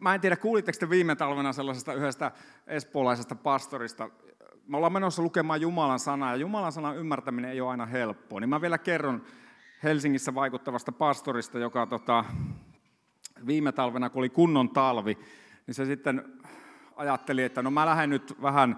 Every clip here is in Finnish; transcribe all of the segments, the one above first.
Mä en tiedä, kuulitteko te viime talvena sellaisesta yhdestä espoolaisesta pastorista. Me ollaan menossa lukemaan Jumalan sanaa, ja Jumalan sanan ymmärtäminen ei ole aina helppoa. Niin mä vielä kerron Helsingissä vaikuttavasta pastorista, joka viime talvena, kun oli kunnon talvi, niin se sitten ajatteli, että no mä lähden nyt vähän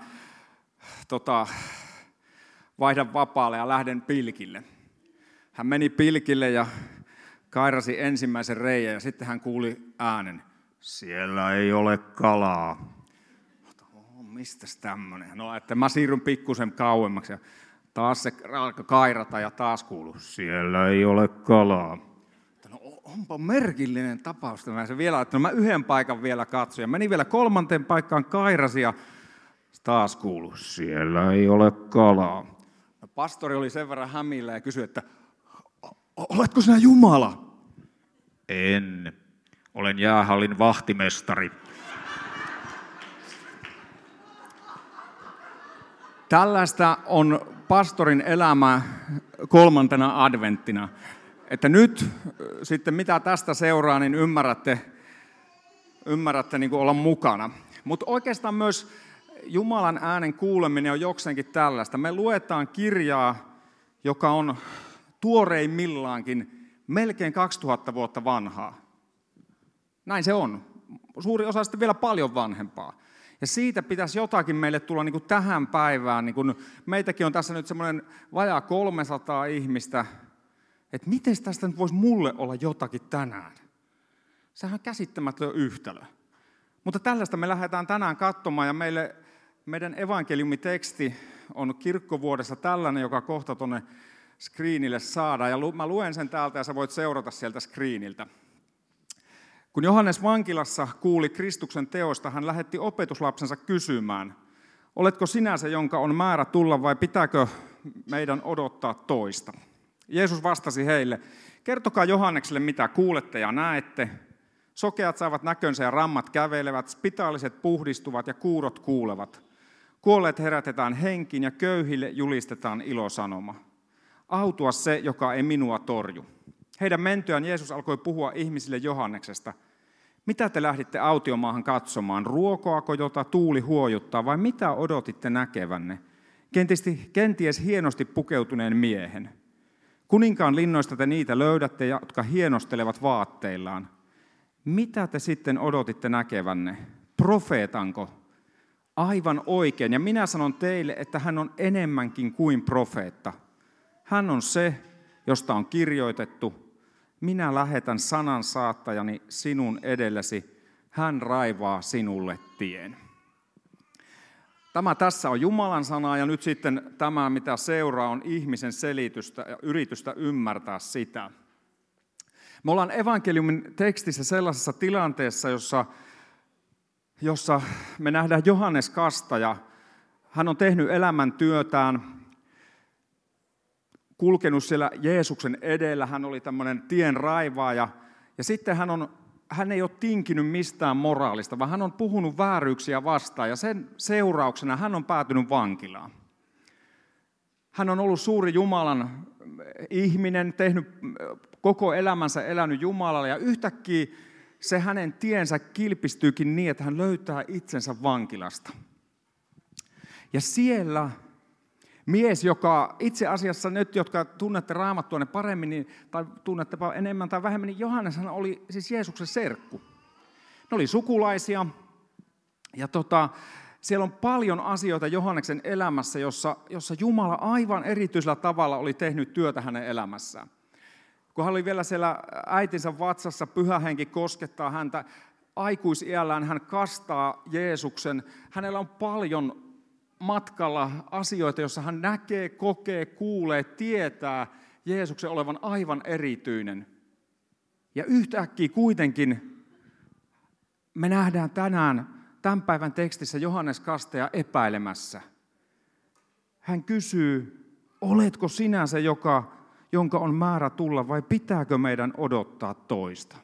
vaihdan vapaalle ja lähden pilkille. Hän meni pilkille ja kairasi ensimmäisen reiän ja sitten hän kuuli äänen. Siellä ei ole kalaa. Mistäs tämmöinen? No, että mä siirryn pikkusen kauemmaksi ja taas se alkoi kairata ja taas kuului. Siellä ei ole kalaa. No, onpa merkillinen tapaus. Mä se vielä, että no, mä yhden paikan vielä katsoin ja meni vielä 3. paikkaan kairasi ja taas kuului. Siellä ei ole kalaa. No, pastori oli sen verran hämillä ja kysyi, että oletko sinä Jumala? En. Olen jäähallin vahtimestari. Tällaista on pastorin elämä 3. adventtina. Että nyt sitten mitä tästä seuraa, niin ymmärrätte niin kuin olla mukana. Mutta oikeastaan myös Jumalan äänen kuuleminen on jokseenkin tällaista. Me luetaan kirjaa, joka on tuoreimmillaankin melkein 2000 vuotta vanhaa. Näin se on. Suuri osa sitten vielä paljon vanhempaa. Ja siitä pitäisi jotakin meille tulla niin kuin tähän päivään. Niin kuin meitäkin on tässä nyt semmoinen vajaa 300 ihmistä. Että miten tästä nyt voisi mulle olla jotakin tänään? Sehän on käsittämätön yhtälö. Mutta tällaista me lähdetään tänään katsomaan. Ja meidän evankeliumiteksti on kirkkovuodessa tällainen, joka kohta tuonne screenille saadaan. Ja mä luen sen täältä ja sä voit seurata sieltä screeniltä. Kun Johannes vankilassa kuuli Kristuksen teosta, hän lähetti opetuslapsensa kysymään, oletko sinä se, jonka on määrä tulla vai pitääkö meidän odottaa toista? Jeesus vastasi heille, kertokaa Johannekselle mitä kuulette ja näette. Sokeat saavat näkönsä ja rammat kävelevät, spitaaliset puhdistuvat ja kuurot kuulevat. Kuolleet herätetään henkiin ja köyhille julistetaan ilosanoma. Autua se, joka ei minua torju. Heidän mentyään Jeesus alkoi puhua ihmisille Johanneksesta. Mitä te lähditte autiomaahan katsomaan? Ruokoako, jota tuuli huojuttaa, vai mitä odotitte näkevänne? Kenties hienosti pukeutuneen miehen. Kuninkaan linnoista te niitä löydätte, jotka hienostelevat vaatteillaan. Mitä te sitten odotitte näkevänne? Profeetanko? Aivan oikein, ja minä sanon teille, että hän on enemmänkin kuin profeetta. Hän on se, josta on kirjoitettu, minä lähetän sanan saattajani sinun edellesi, hän raivaa sinulle tien. Tämä tässä on Jumalan sana ja nyt sitten tämä, mitä seuraa, on ihmisen selitystä ja yritystä ymmärtää sitä. Me ollaan evankeliumin tekstissä sellaisessa tilanteessa, jossa me nähdään Johannes Kastaja. Hän on tehnyt elämäntyötään, kulkenut siellä Jeesuksen edellä, hän oli tämmöinen tien raivaaja, ja sitten hän ei ole tinkinyt mistään moraalista, vaan hän on puhunut vääryyksiä vastaan, ja sen seurauksena hän on päätynyt vankilaan. Hän on ollut suuri Jumalan ihminen, tehnyt koko elämänsä elänyt Jumalalle, ja yhtäkkiä se hänen tiensä kilpistyykin niin, että hän löytää itsensä vankilasta. Ja siellä mies, joka itse asiassa nyt, jotka tunnette Raamattua ne paremmin, niin, tai tunnettepa enemmän tai vähemmän, niin Johanneshan oli siis Jeesuksen serkku. Ne oli sukulaisia, ja siellä on paljon asioita Johanneksen elämässä, jossa Jumala aivan erityisellä tavalla oli tehnyt työtä hänen elämässään. Kun hän oli vielä siellä äitinsä vatsassa, Pyhä Henki koskettaa häntä, aikuisiällään hän kastaa Jeesuksen. Hänellä on paljon matkalla asioita, joissa hän näkee, kokee, kuulee, tietää Jeesuksen olevan aivan erityinen. Ja yhtäkkiä kuitenkin me nähdään tänään tämän päivän tekstissä Johannes Kastaja epäilemässä. Hän kysyy, oletko sinä se, jonka on määrä tulla vai pitääkö meidän odottaa toista?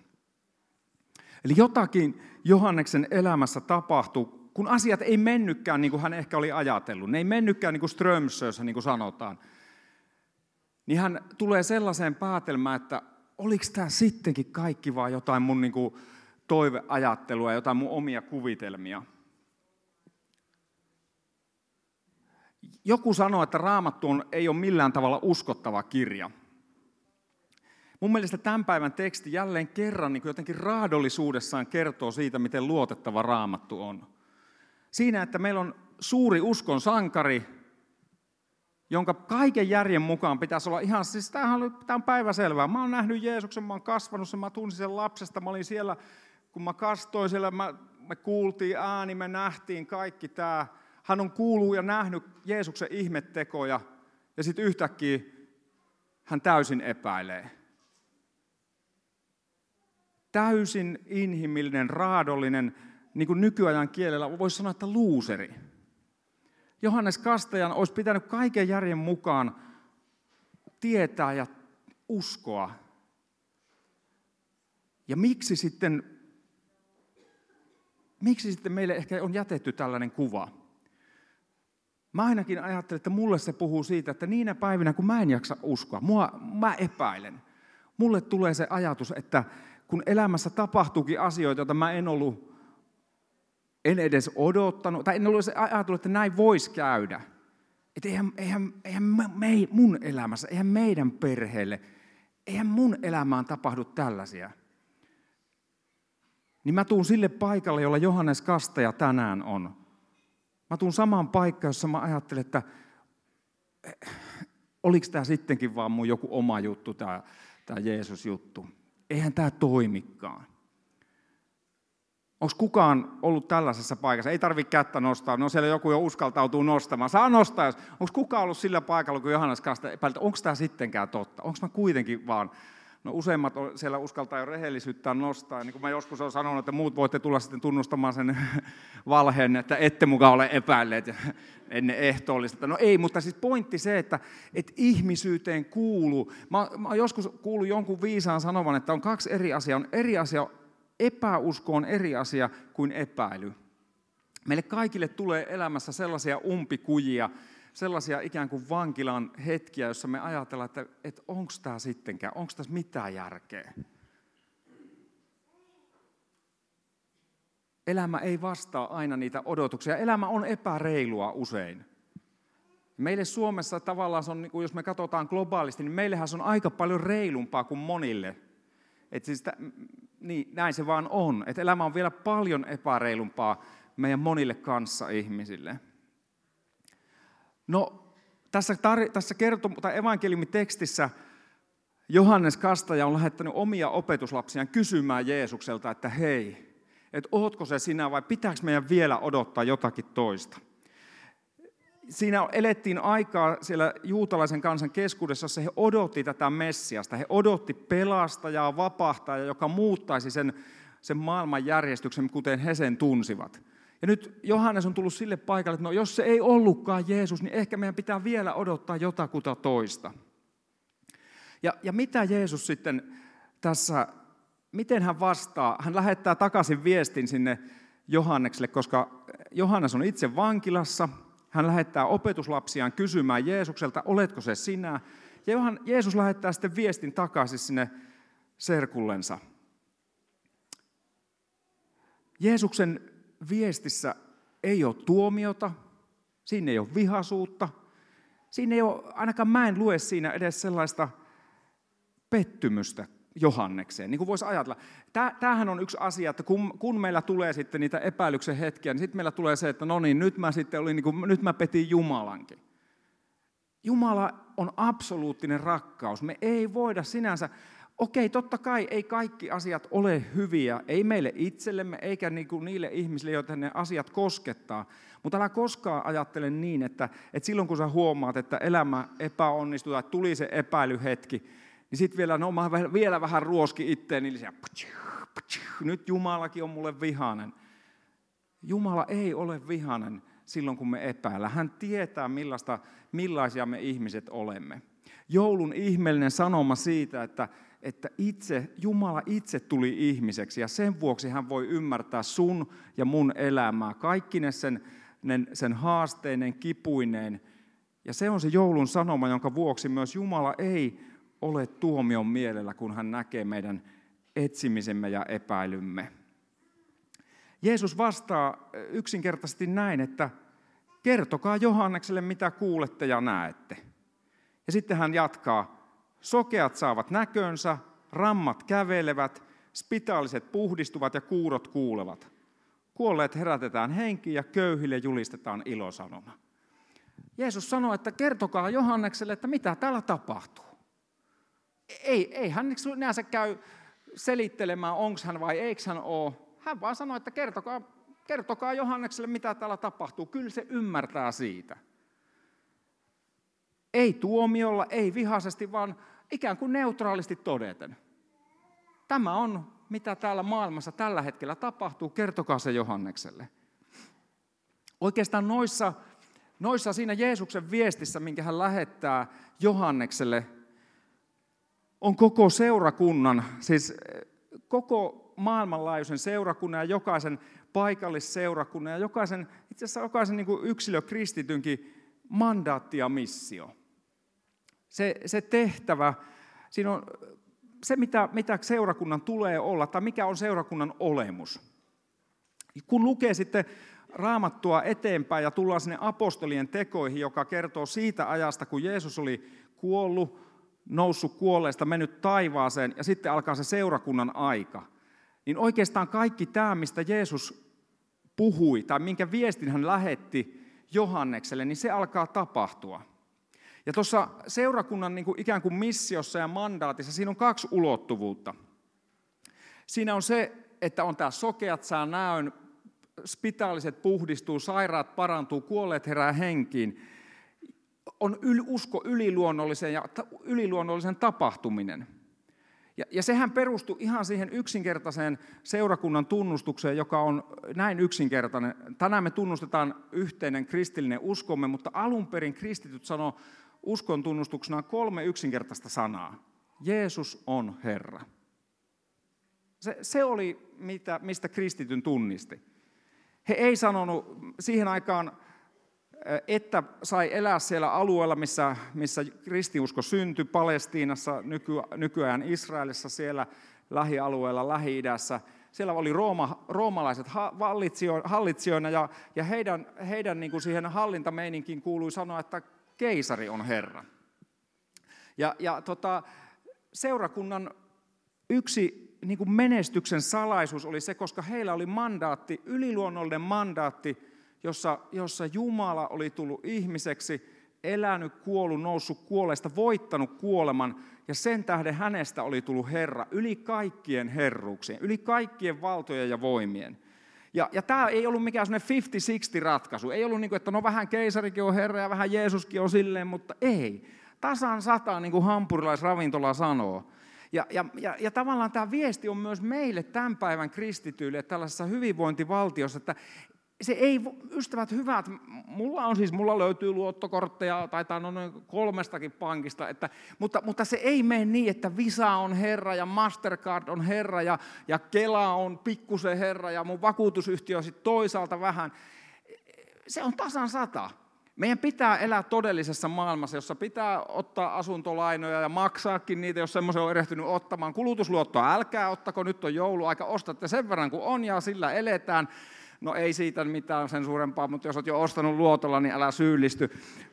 Eli jotakin Johanneksen elämässä tapahtui, kun asiat ei mennytkään niin kuin hän ehkä oli ajatellut. Ne ei mennytkään niin kuin Strömsössä, niin kuin sanotaan. Niin hän tulee sellaiseen päätelmään, että oliko tämä sittenkin kaikki vaan jotain mun niin kuin toiveajattelua ja jotain mun omia kuvitelmia. Joku sanoo, että Raamattu ei ole millään tavalla uskottava kirja. Mun mielestä tämän päivän teksti jälleen kerran niin jotenkin raadollisuudessaan kertoo siitä, miten luotettava Raamattu on. Siinä, että meillä on suuri uskon sankari, jonka kaiken järjen mukaan pitäisi olla ihan, siis tämä on päiväselvää. Mä oon nähnyt Jeesuksen, mä oon kasvanut sen, mä tunsin sen lapsesta, mä olin siellä, kun mä kastoin siellä, me kuultiin ääni, me nähtiin kaikki tämä. Hän on kuullut ja nähnyt Jeesuksen ihmettekoja ja sitten yhtäkkiä hän täysin epäilee. Täysin inhimillinen, raadollinen, niin kuin nykyajan kielellä voisi sanoa, että luuseri. Johannes Kastajan olisi pitänyt kaiken järjen mukaan tietää ja uskoa. Ja miksi sitten meille ehkä on jätetty tällainen kuva? Mä ainakin ajattelen, että mulle se puhuu siitä, että niinä päivinä, kun mä en jaksa uskoa, mä epäilen. Mulle tulee se ajatus, että kun elämässä tapahtuukin asioita, joita mä en edes odottanut, tai en ollut se ajatellut, että näin voisi käydä. Että eihän mun elämässä, eihän meidän perheelle, eihän mun elämään tapahdu tällaisia. Niin mä tuun sille paikalle, jolla Johannes Kastaja tänään on. Mä tuun samaan paikkaan, jossa mä ajattelen, että oliko tämä sittenkin vaan mun joku oma juttu, tämä Jeesus-juttu. Eihän tämä toimikaan. Onko kukaan ollut tällaisessa paikassa? Ei tarvitse kättä nostaa. No siellä joku jo uskaltautuu nostamaan. Saa nostaa. Onko kukaan ollut sillä paikalla, kun Johannes Kastaja epäili, että onko tämä sittenkään totta? Onko mä kuitenkin vaan... No useimmat siellä uskaltaa jo rehellisyyttään nostaa. Ja niin kuin mä joskus olen sanonut, että muut voitte tulla sitten tunnustamaan sen valheen, että ette mukaan ole epäilleet ennen ehtoollista. No ei, mutta siis pointti se, että ihmisyyteen kuuluu. Mä oon joskus kuullut jonkun viisaan sanovan, että on kaksi eri asiaa. On eri asia, epäusko on eri asia kuin epäily. Meille kaikille tulee elämässä sellaisia umpikujia, sellaisia ikään kuin vankilan hetkiä, jossa me ajatellaan, että onko tämä sittenkään, onko tässä mitään järkeä. Elämä ei vastaa aina niitä odotuksia. Elämä on epäreilua usein. Meille Suomessa tavallaan se on, jos me katsotaan globaalisti, niin meillähän se on aika paljon reilumpaa kuin monille. Siis näin se vaan on. Että elämä on vielä paljon epäreilumpaa meidän monille kanssaihmisille. No, tässä evankeliumitekstissä Johannes Kastaja on lähettänyt omia opetuslapsiaan kysymään Jeesukselta, että hei, että ootko se sinä vai pitääkö meidän vielä odottaa jotakin toista? Siinä elettiin aikaa siellä juutalaisen kansan keskuudessa, jossa he odotti tätä Messiasta. He odotti pelastajaa, vapahtajaa, joka muuttaisi sen maailmanjärjestyksen, kuten he sen tunsivat. Ja nyt Johannes on tullut sille paikalle, että no jos se ei ollutkaan Jeesus, niin ehkä meidän pitää vielä odottaa jotakuta toista. Ja mitä Jeesus sitten tässä, miten hän vastaa? Hän lähettää takaisin viestin sinne Johannekselle, koska Johannes on itse vankilassa. Hän lähettää opetuslapsiaan kysymään Jeesukselta, oletko se sinä? Ja Jeesus lähettää sitten viestin takaisin sinne serkullensa. Jeesuksen viestissä ei ole tuomiota, siinä ei ole vihaisuutta, siinä ei ole, ainakaan mä en lue siinä edes sellaista pettymystä Johannekseen. Niin kuin voisi ajatella. Tämähän on yksi asia, että kun meillä tulee sitten niitä epäilyksen hetkiä, niin sitten meillä tulee se, että no niin, nyt mä petin Jumalankin. Jumala on absoluuttinen rakkaus. Me ei voida sinänsä, okei, totta kai ei kaikki asiat ole hyviä, ei meille itsellemme eikä niille ihmisille, joita ne asiat koskettaa. Mutta älä koskaan ajattele niin, että silloin kun sä huomaat, että elämä epäonnistuu tai tuli se epäilyhetki, niin sitten vielä vähän ruoski itteeni, niin nyt Jumalakin on mulle vihainen. Jumala ei ole vihainen silloin, kun me epäillään. Hän tietää, millaisia me ihmiset olemme. Joulun ihmeellinen sanoma siitä, että Jumala itse tuli ihmiseksi ja sen vuoksi hän voi ymmärtää sun ja mun elämää, kaikki sen haasteinen, kipuineen. Ja se on se joulun sanoma, jonka vuoksi myös Jumala ei ole tuomion mielellä, kun hän näkee meidän etsimisemme ja epäilymme. Jeesus vastaa yksinkertaisesti näin, että kertokaa Johannekselle, mitä kuulette ja näette. Ja sitten hän jatkaa, sokeat saavat näkönsä, rammat kävelevät, spitaaliset puhdistuvat ja kuurot kuulevat. Kuolleet herätetään henkiin ja köyhille julistetaan ilosanoma. Jeesus sanoi, että kertokaa Johannekselle, että mitä täällä tapahtuu. Ei hän sinänsä käy selittelemään, onko hän vai eikö hän ole. Hän vaan sanoi, että kertokaa Johannekselle, mitä täällä tapahtuu. Kyllä se ymmärtää siitä. Ei tuomiolla, ei vihaisesti, vaan ikään kuin neutraalisti todeten. Tämä on, mitä täällä maailmassa tällä hetkellä tapahtuu. Kertokaa se Johannekselle. Oikeastaan noissa siinä Jeesuksen viestissä, minkä hän lähettää Johannekselle, on koko seurakunnan, siis koko maailmanlaajuisen seurakunnan ja jokaisen paikallisseurakunnan ja itse asiassa jokaisen niin kuin yksilökristitynkin mandaatti ja missio. Se tehtävä, siinä on se, mitä seurakunnan tulee olla, tai mikä on seurakunnan olemus. Kun lukee sitten Raamattua eteenpäin ja tullaan sinne apostolien tekoihin, joka kertoo siitä ajasta, kun Jeesus oli kuollut, noussut kuolleesta, mennyt taivaaseen ja sitten alkaa se seurakunnan aika, niin oikeastaan kaikki tämä, mistä Jeesus puhui tai minkä viestin hän lähetti Johannekselle, niin se alkaa tapahtua. Ja tuossa seurakunnan niin kuin ikään kuin missiossa ja mandaatissa siinä on 2 ulottuvuutta. Siinä on se, että on tämä sokeat saa näön, spitaaliset puhdistuu, sairaat parantuu, kuolleet herää henkiin. On usko yliluonnollisen tapahtuminen. Ja sehän perustui ihan siihen yksinkertaiseen seurakunnan tunnustukseen, joka on näin yksinkertainen. Tänään me tunnustetaan yhteinen kristillinen uskomme, mutta alun perin kristityt sanoo uskon tunnustuksena 3 yksinkertaista sanaa. Jeesus on Herra. Se oli, mistä kristityn tunnisti. He ei sanonut siihen aikaan, että sai elää siellä alueella, missä kristiusko syntyi, Palestiinassa, nykyään Israelissa, siellä lähialueella, Lähi-idässä. Siellä oli roomalaiset hallitsijoina ja heidän niin kuin siihen hallintameininkiin kuului sanoa, että keisari on Herra. Seurakunnan yksi niin kuin menestyksen salaisuus oli se, koska heillä oli mandaatti, yliluonnollinen mandaatti, jossa Jumala oli tullut ihmiseksi, elänyt, kuollut, noussut kuolleesta, voittanut kuoleman, ja sen tähden hänestä oli tullut Herra yli kaikkien herruuksien, yli kaikkien valtojen ja voimien. Ja tämä ei ollut mikään sellainen 50-60 ratkaisu. Ei ollut niin kuin, että no vähän keisarikin on Herra ja vähän Jeesuskin on silleen, mutta ei. Tasan 100, niin kuin hampurilaisravintola sanoo. Ja tavallaan tämä viesti on myös meille tämän päivän kristityille tällaisessa hyvinvointivaltiossa, että se ei, ystävät hyvät, mulla löytyy luottokortteja, taitaa noin 3 pankista, mutta se ei mene niin, että Visa on Herra ja Mastercard on Herra ja Kela on pikkusen Herra ja mun vakuutusyhtiö on sitten toisaalta vähän. Se on tasan 100. Meidän pitää elää todellisessa maailmassa, jossa pitää ottaa asuntolainoja ja maksaakin niitä, jos semmoisen on erehtynyt ottamaan. Kulutusluottoa älkää ottako, nyt on jouluaika, ostatte sen verran kuin on ja sillä eletään. No ei siitä mitään sen suurempaa, mutta jos olet jo ostanut luotolla, niin älä syyllisty.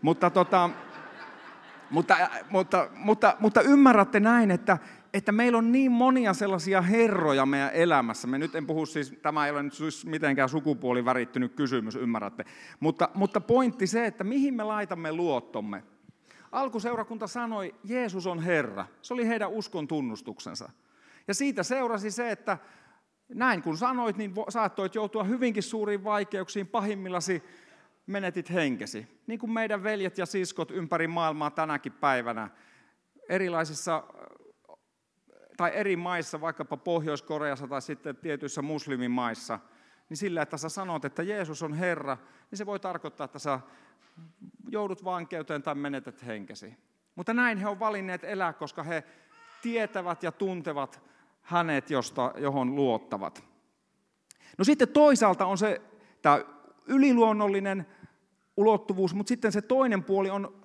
Mutta ymmärrätte näin, että meillä on niin monia sellaisia herroja meidän elämässä. Nyt en puhu siis, tämä ei ole nyt siis mitenkään sukupuolivärittynyt kysymys, ymmärrätte. Mutta pointti se, että mihin me laitamme luottomme. Alkuseurakunta sanoi, Jeesus on Herra. Se oli heidän uskon tunnustuksensa. Ja siitä seurasi se, että näin kun sanoit, niin saattoit joutua hyvinkin suuriin vaikeuksiin, pahimmillasi menetit henkesi. Niin kuin meidän veljet ja siskot ympäri maailmaa tänäkin päivänä erilaisissa tai eri maissa, vaikkapa Pohjois-Koreassa tai sitten tietyissä muslimimaissa, niin sillä, että sä sanot, että Jeesus on Herra, niin se voi tarkoittaa, että sä joudut vankeuteen tai menetät henkesi. Mutta näin he on valinneet elää, koska he tietävät ja tuntevat hänet, johon luottavat. No sitten toisaalta on se tämä yliluonnollinen ulottuvuus, mutta sitten se toinen puoli on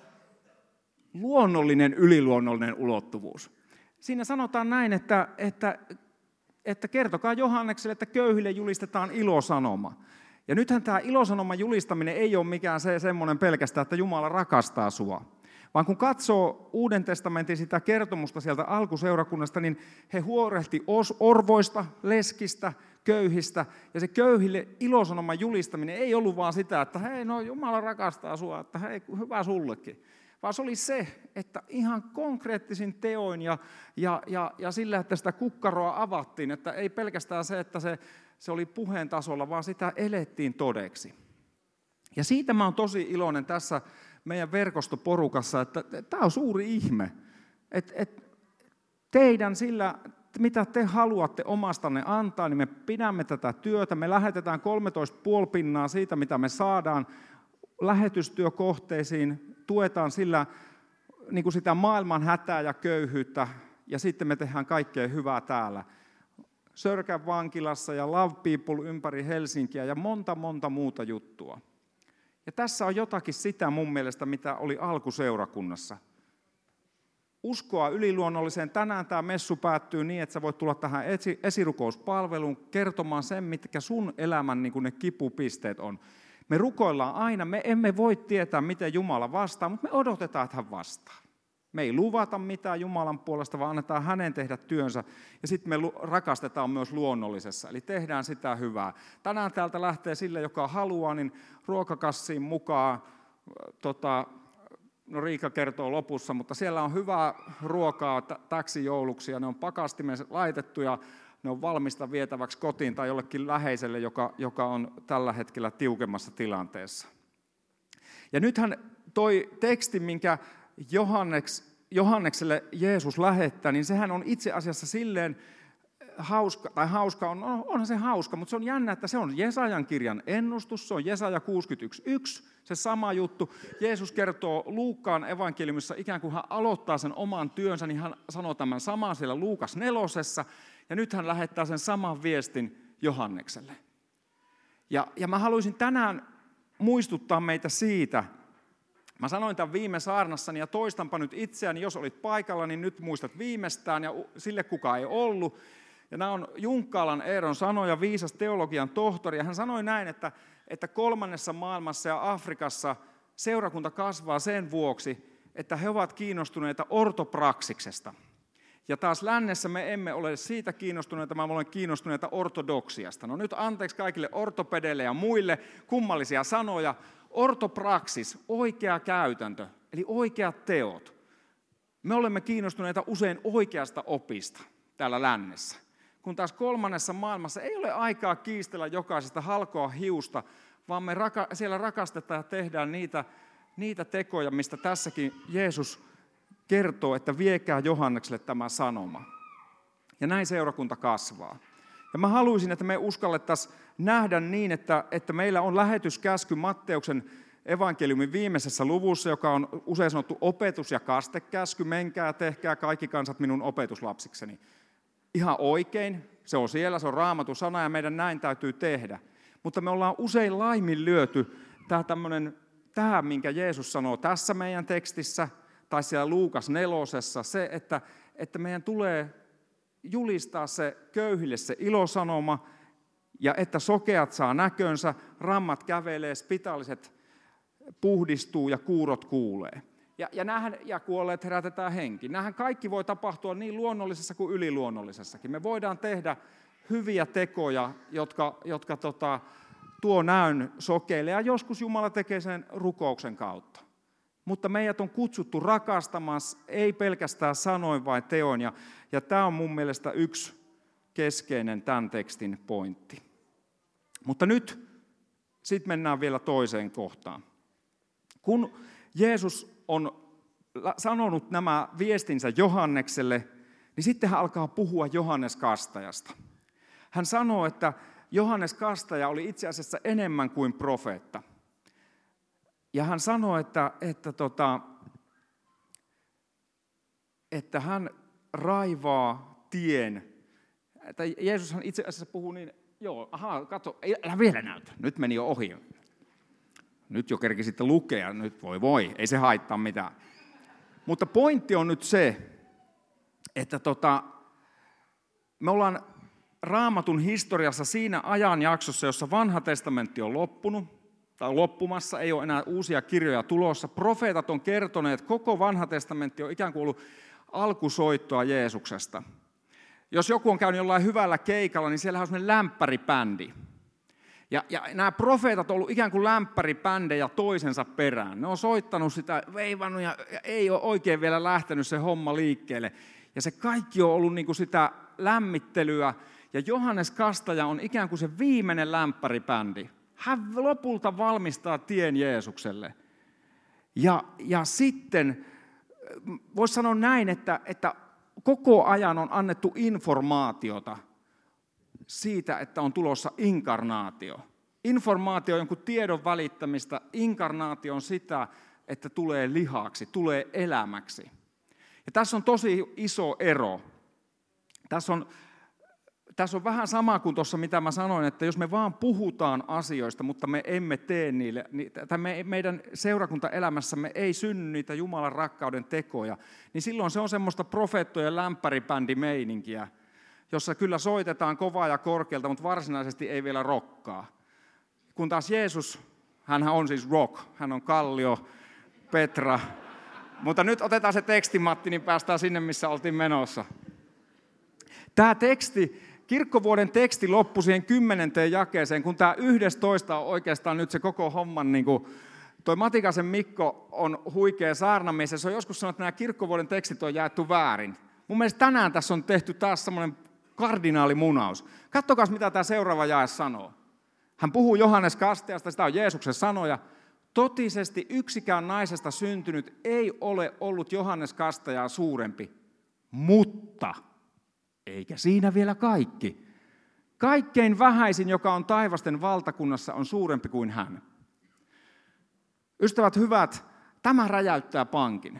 luonnollinen yliluonnollinen ulottuvuus. Siinä sanotaan näin, että että kertokaa Johannekselle, että köyhille julistetaan ilosanoma. Ja nythän tämä ilosanoman julistaminen ei ole mikään semmoinen pelkästään, että Jumala rakastaa sua. Vaan kun katsoo Uuden testamentin sitä kertomusta sieltä alkuseurakunnasta, niin he huolehti orvoista, leskistä, köyhistä. Ja se köyhille ilosanoman julistaminen ei ollut vaan sitä, että hei, no Jumala rakastaa sua, että hei, hyvä sullekin. Vaan se oli se, että ihan konkreettisin teoin ja sillä, että sitä kukkaroa avattiin. Että ei pelkästään se, että se oli puheen tasolla, vaan sitä elettiin todeksi. Ja siitä mä oon tosi iloinen tässä meidän verkostoporukassa, että tämä on suuri ihme, että teidän sillä, mitä te haluatte omastanne antaa, niin me pidämme tätä työtä, me lähetetään 13,5% siitä, mitä me saadaan lähetystyökohteisiin, tuetaan sillä niin kuin sitä maailman hätää ja köyhyyttä, ja sitten me tehdään kaikkea hyvää täällä. Sörkän vankilassa ja Love People ympäri Helsinkiä ja monta muuta juttua. Ja tässä on jotakin sitä mun mielestä, mitä oli alkuseurakunnassa. Uskoa yliluonnolliseen. Tänään tämä messu päättyy niin, että sä voit tulla tähän esirukouspalveluun kertomaan sen, mitkä sun elämän niin kuin ne kipupisteet on. Me rukoillaan aina, me emme voi tietää, miten Jumala vastaa, mutta me odotetaan, että hän vastaa. Me ei luvata mitään Jumalan puolesta, vaan annetaan hänen tehdä työnsä. Ja sitten me rakastetaan myös luonnollisessa, eli tehdään sitä hyvää. Tänään täältä lähtee sille, joka haluaa, niin ruokakassiin mukaan, no Riika kertoo lopussa, mutta siellä on hyvää ruokaa täksi jouluksi, ja ne on pakastimeen laitettu, ja ne on valmista vietäväksi kotiin tai jollekin läheiselle, joka on tällä hetkellä tiukemmassa tilanteessa. Ja nythän toi teksti, minkä Johannekselle Jeesus lähettää, niin sehän on itse asiassa silleen hauska, onhan se hauska, mutta se on jännä, että se on Jesajan kirjan ennustus, se on Jesaja 61:1, se sama juttu. Jeesus kertoo Luukkaan evankeliumissa, ikään kuin hän aloittaa sen oman työnsä, niin hän sanoo tämän saman siellä Luukas 4, ja nyt hän lähettää sen saman viestin Johannekselle. Ja mä haluaisin tänään muistuttaa meitä siitä. Mä sanoin tämän viime saarnassani ja toistanpa nyt itseäni, jos olit paikalla, niin nyt muistat viimeistään ja sille kukaan ei ollut. Ja nämä on Junkkaalan Eeron sanoja, viisas teologian tohtori. Ja hän sanoi näin, että 3. maailmassa ja Afrikassa seurakunta kasvaa sen vuoksi, että he ovat kiinnostuneita ortopraksiksesta. Ja taas lännessä me emme ole siitä kiinnostuneita, vaan me olemme kiinnostuneita ortodoksiasta. No nyt anteeksi kaikille ortopedeille ja muille kummallisia sanoja. Ortopraksis, oikea käytäntö, eli oikeat teot. Me olemme kiinnostuneita usein oikeasta opista täällä lännessä. Kun taas 3. maailmassa ei ole aikaa kiistellä jokaisesta halkoa hiusta, vaan me siellä rakastetaan ja tehdään niitä tekoja, mistä tässäkin Jeesus kertoo, että viekää Johannekselle tämä sanoma. Ja näin seurakunta kasvaa. Ja mä haluaisin, että me uskallettaisiin nähdä niin, että meillä on lähetyskäsky Matteuksen evankeliumin viimeisessä luvussa, joka on usein sanottu opetus- ja kastekäsky. Menkää, tehkää kaikki kansat minun opetuslapsikseni. Ihan oikein, se on siellä, se on Raamatun sana ja meidän näin täytyy tehdä. Mutta me ollaan usein laiminlyöty tämä, minkä Jeesus sanoo tässä meidän tekstissä, tai siellä Luukas 4, se, että meidän tulee julistaa se köyhille se ilosanoma, ja että sokeat saa näkönsä, rammat kävelee, spitaaliset puhdistuu ja kuurot kuulee. Ja kuolleet herätetään henki. Nämähän kaikki voi tapahtua niin luonnollisessa kuin yliluonnollisessakin. Me voidaan tehdä hyviä tekoja, jotka tuo näyn sokeille, ja joskus Jumala tekee sen rukouksen kautta. Mutta meidät on kutsuttu rakastamaan, ei pelkästään sanoin, vaan teon. Ja tämä on mun mielestä yksi keskeinen tämän tekstin pointti. Mutta nyt sitten mennään vielä toiseen kohtaan. Kun Jeesus on sanonut nämä viestinsä Johannekselle, niin sitten hän alkaa puhua Johannes Kastajasta. Hän sanoo, että Johannes Kastaja oli itse asiassa enemmän kuin profeetta. Ja hän sanoi, että hän raivaa tien. Että Jeesushan itse asiassa puhuu niin, katso, älä vielä näytä, nyt meni jo ohi. Nyt jo kerki sitten lukea, nyt voi, ei se haittaa mitään. Mutta pointti on nyt se, että me ollaan Raamatun historiassa siinä ajanjaksossa, jossa vanha testamentti on loppunut, tai loppumassa, ei ole enää uusia kirjoja tulossa. Profeetat on kertoneet, koko vanha testamentti on ikään kuin ollut alkusoittoa Jeesuksesta. Jos joku on käynyt jollain hyvällä keikalla, niin siellä on sellainen lämpäribändi. Ja nämä profeetat on ollut ikään kuin lämpäripändejä toisensa perään. Ne on soittanut sitä, veivannut ja ei ole oikein vielä lähtenyt se homma liikkeelle. Ja se kaikki on ollut niin kuin sitä lämmittelyä. Ja Johannes Kastaja on ikään kuin se viimeinen lämpäribändi. Hän lopulta valmistaa tien Jeesukselle. Ja sitten voisi sanoa näin, että koko ajan on annettu informaatiota siitä, että on tulossa inkarnaatio. Informaatio on jonkun tiedon välittämistä, inkarnaatio on sitä, että tulee lihaksi, tulee elämäksi. Ja tässä on tosi iso ero. Tässä on vähän sama kuin tuossa, mitä mä sanoin, että jos me vaan puhutaan asioista, mutta me emme tee niille, tai meidän seurakuntaelämässämme ei synny niitä Jumalan rakkauden tekoja, niin silloin se on semmoista profeettojen lämpäribändimeininkiä, jossa kyllä soitetaan kovaa ja korkealta, mutta varsinaisesti ei vielä rokkaa. Kun taas Jeesus, hänhän on siis rock, hän on Kallio, Petra. Mutta nyt otetaan se teksti, Matti, niin päästään sinne, missä oltiin menossa. Tämä teksti, kirkkovuoden teksti loppui siihen 10. jakeeseen, kun tämä 11 on oikeastaan nyt se koko homman, niin kuin toi Matikasen Mikko on huikea saarnamies, ja se on joskus sanonut, että nämä kirkkovuoden tekstit on jaettu väärin. Mun mielestä tänään tässä on tehty taas semmoinen kardinaalimunaus. Katsokaa, mitä tämä seuraava jae sanoo. Hän puhuu Johannes Kastajasta, sitä on Jeesuksen sanoja. Totisesti yksikään naisesta syntynyt ei ole ollut Johannes Kastajaa suurempi, mutta eikä siinä vielä kaikki. Kaikkein vähäisin, joka on taivasten valtakunnassa, on suurempi kuin hän. Ystävät hyvät, tämä räjäyttää pankin.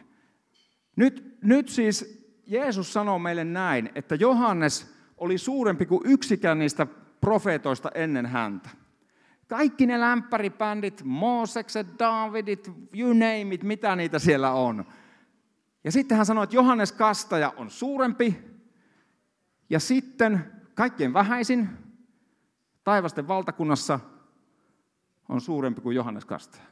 Nyt siis Jeesus sanoo meille näin, että Johannes oli suurempi kuin yksikään niistä profeetoista ennen häntä. Kaikki ne lämpäribändit, Moosekset, Daavidit, you name it, mitä niitä siellä on. Ja sitten hän sanoi, että Johannes Kastaja on suurempi. Ja sitten kaikkein vähäisin taivasten valtakunnassa on suurempi kuin Johannes Kastaja.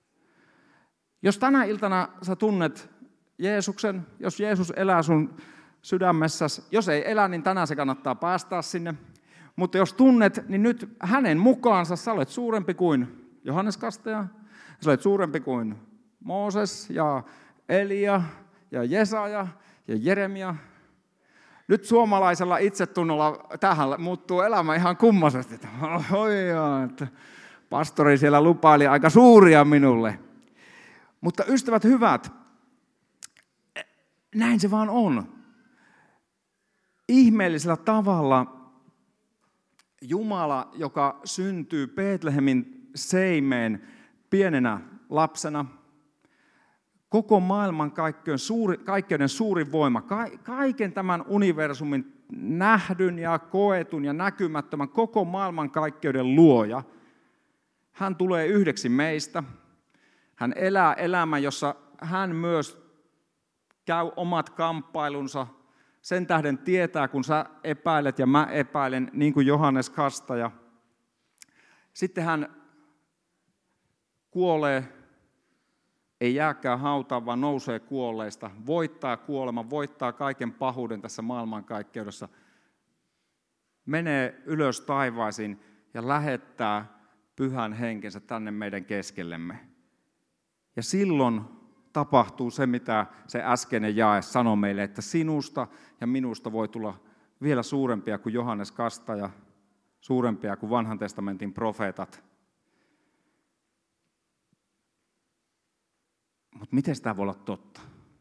Jos tänä iltana sä tunnet Jeesuksen, jos Jeesus elää sun sydämessäsi, jos ei elä, niin tänään se kannattaa päästää sinne. Mutta jos tunnet, niin nyt hänen mukaansa sä olet suurempi kuin Johannes Kastaja, sä olet suurempi kuin Mooses ja Elia ja Jesaja ja Jeremia. Nyt suomalaisella itsetunnolla tähän muuttuu elämä ihan kummasesti. Että pastori siellä lupaili aika suuria minulle. Mutta ystävät hyvät, näin se vaan on. Ihmeellisellä tavalla Jumala, joka syntyy Betlehemin seimeen pienenä lapsena, koko maailmankaikkeuden suurin voima, kaiken tämän universumin nähdyn ja koetun ja näkymättömän koko maailmankaikkeuden luoja, hän tulee yhdeksi meistä. Hän elää elämän, jossa hän myös käy omat kamppailunsa. Sen tähden tietää, kun sä epäilet ja mä epäilen, niin kuin Johannes Kastaja. Sitten hän kuolee, ei jääkään hautaan, vaan nousee kuolleista, voittaa kuoleman, voittaa kaiken pahuuden tässä maailmankaikkeudessa, menee ylös taivaisiin ja lähettää pyhän henkensä tänne meidän keskellemme. Ja silloin tapahtuu se, mitä se äskeinen jae sanoi meille, että sinusta ja minusta voi tulla vielä suurempia kuin Johannes Kastaja, suurempia kuin vanhan testamentin profeetat. Mutta miten tämä voi olla totta?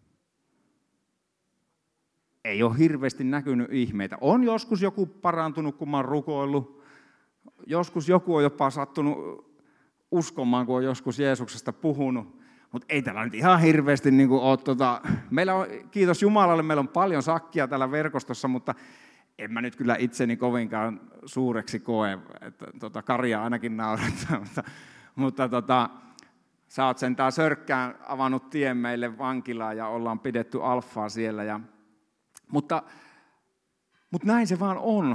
Ei ole hirveästi näkynyt ihmeitä. On joskus joku parantunut, kun mä oon rukoillut. Joskus joku on jopa sattunut uskomaan, kun on joskus Jeesuksesta puhunut. Mutta ei täällä nyt ihan hirveästi niin kuin ole. Meillä on, kiitos Jumalalle, meillä on paljon sakkia täällä verkostossa, mutta en mä nyt kyllä itseni kovinkaan suureksi koe. Että, Karja ainakin naurattaa, mutta sä oot sentään Sörkkään avannut tien meille vankilaan ja ollaan pidetty alfaa siellä. Mutta näin se vaan on,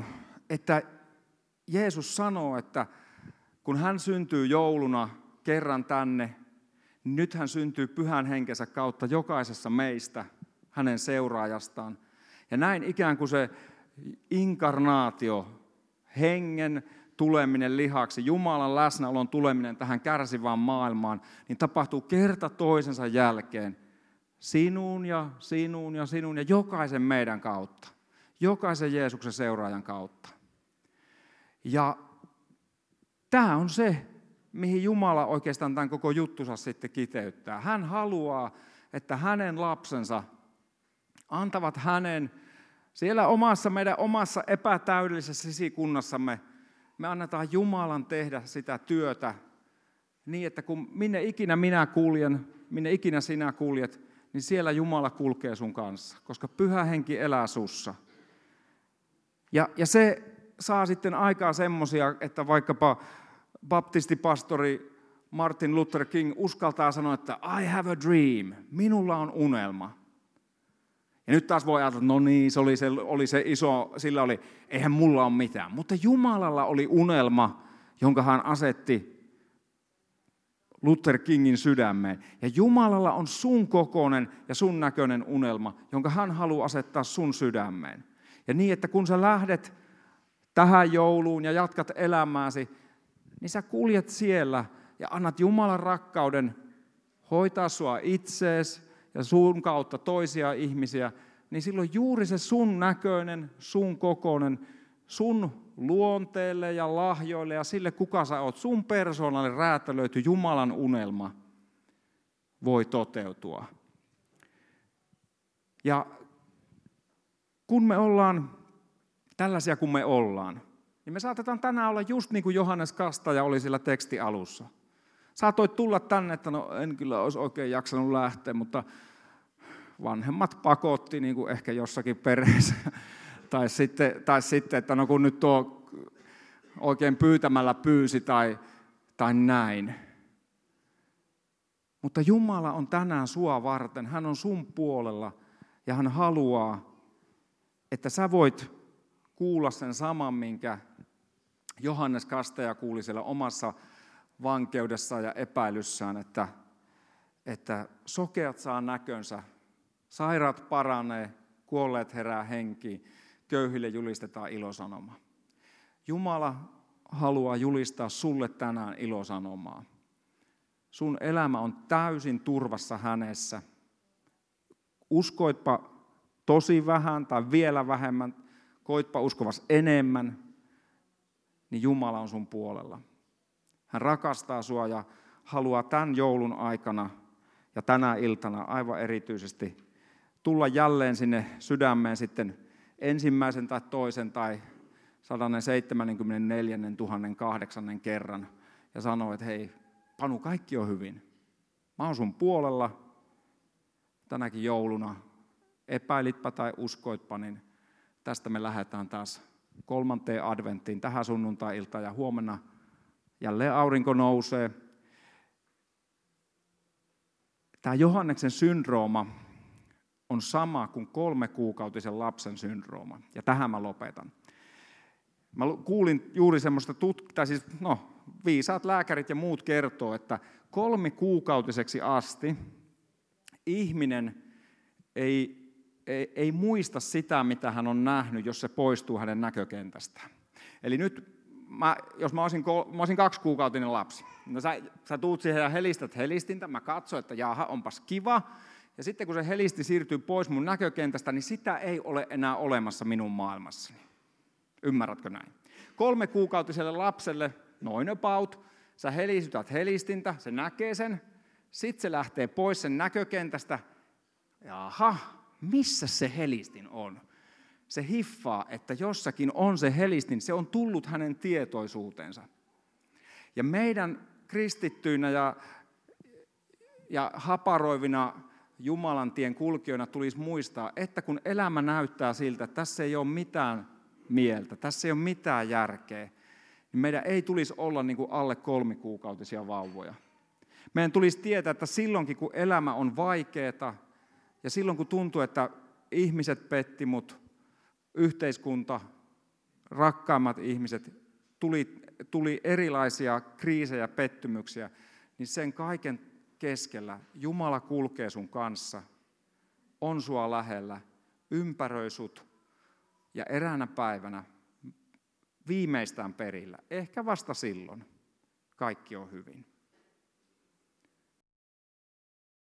että Jeesus sanoo, että kun hän syntyy jouluna kerran tänne, niin nyt hän syntyy Pyhän Henkensä kautta jokaisessa meistä, hänen seuraajastaan. Ja näin ikään kuin se inkarnaatio, hengen tuleminen lihaksi, Jumalan läsnäolon tuleminen tähän kärsivään maailmaan, niin tapahtuu kerta toisensa jälkeen sinun ja sinun ja sinun ja jokaisen meidän kautta. Jokaisen Jeesuksen seuraajan kautta. Ja tämä on se, mihin Jumala oikeastaan tämän koko juttunsa sitten kiteyttää. Hän haluaa, että hänen lapsensa antavat hänen siellä meidän omassa epätäydellisessä sisikunnassamme. Me annetaan Jumalan tehdä sitä työtä niin, että kun minne ikinä minä kuljen, minne ikinä sinä kuljet, niin siellä Jumala kulkee sun kanssa, koska Pyhä Henki elää sussa. Ja se saa sitten aikaa semmoisia, että vaikkapa baptistipastori Martin Luther King uskaltaa sanoa, että I have a dream, minulla on unelma. Ja nyt taas voi ajatella, että no niin, se oli se iso, eihän mulla ole mitään. Mutta Jumalalla oli unelma, jonka hän asetti Luther Kingin sydämeen. Ja Jumalalla on sun kokoinen ja sun näköinen unelma, jonka hän haluaa asettaa sun sydämeen. Ja niin, että kun sä lähdet tähän jouluun ja jatkat elämääsi, niin sä kuljet siellä ja annat Jumalan rakkauden hoitaa sua itseesi ja sun kautta toisia ihmisiä, niin silloin juuri se sun näköinen, sun kokoinen, sun luonteelle ja lahjoille ja sille, kuka sä oot, sun persoonalle räätälöity Jumalan unelma voi toteutua. Ja kun me ollaan tällaisia kuin me ollaan, niin me saatetaan tänään olla just niin kuin Johannes Kastaja oli sillä tekstialussa. Saatoit tulla tänne, että no en kyllä olisi oikein jaksanut lähteä, mutta vanhemmat pakotti niin kuin ehkä jossakin perheessä. tai sitten, että no kun nyt tuo oikein pyytämällä pyysi tai näin. Mutta Jumala on tänään sua varten, hän on sun puolella ja hän haluaa, että sä voit kuulla sen saman, minkä Johannes Kastaja kuuli siellä omassa vankeudessaan ja epäilyssään, että sokeat saa näkönsä, sairaat paranee, kuolleet herää henkiin, köyhille julistetaan ilosanoma. Jumala haluaa julistaa sulle tänään ilosanomaa. Sun elämä on täysin turvassa hänessä. Uskoitpa tosi vähän tai vielä vähemmän, koitpa uskovas enemmän, niin Jumala on sun puolella. Hän rakastaa sua ja haluaa tämän joulun aikana ja tänä iltana aivan erityisesti tulla jälleen sinne sydämeen sitten ensimmäisen tai toisen tai 174 008 kerran ja sanoo, että hei, Panu, kaikki on hyvin. Mä oon sun puolella tänäkin jouluna. Epäilitpä tai uskoitpa, niin tästä me lähdetään taas 3. adventtiin tähän sunnuntai-iltaan ja huomenna jälleen aurinko nousee. Tämä Johanneksen syndrooma on sama kuin 3-kuukautisen lapsen syndrooma. Ja tähän mä lopetan. Mä kuulin juuri semmoista, viisaat lääkärit ja muut kertoo, että 3-kuukautiseksi asti ihminen ei muista sitä, mitä hän on nähnyt, jos se poistuu hänen näkökentästään. Eli nyt, jos mä olisin 2-kuukautinen lapsi, no sä tuut siihen ja helistät helistintä, mä katson, että jaha, onpas kiva, ja sitten kun se helisti siirtyy pois mun näkökentästä, niin sitä ei ole enää olemassa minun maailmassani. Ymmärrätkö näin? 3-kuukautiselle lapselle, noin about, sä helistytät helistintä, se näkee sen, sitten se lähtee pois sen näkökentästä, jaha, missä se helistin on? Se hiffaa, että jossakin on se helistin, se on tullut hänen tietoisuutensa. Ja meidän kristittyinä ja haparoivina Jumalan tien kulkijoina tulisi muistaa, että kun elämä näyttää siltä, että tässä ei ole mitään mieltä, tässä ei ole mitään järkeä, niin meidän ei tulisi olla niin kuin alle 3-kuukautisia vauvoja. Meidän tulisi tietää, että silloinkin kun elämä on vaikeaa ja silloin kun tuntuu, että ihmiset petti mut, yhteiskunta rakkaimmat ihmiset, tuli erilaisia kriisejä, pettymyksiä, niin sen kaiken keskellä Jumala kulkee sun kanssa, on sua lähellä, ympäröi sut ja eräänä päivänä viimeistään perillä, ehkä vasta silloin, kaikki on hyvin.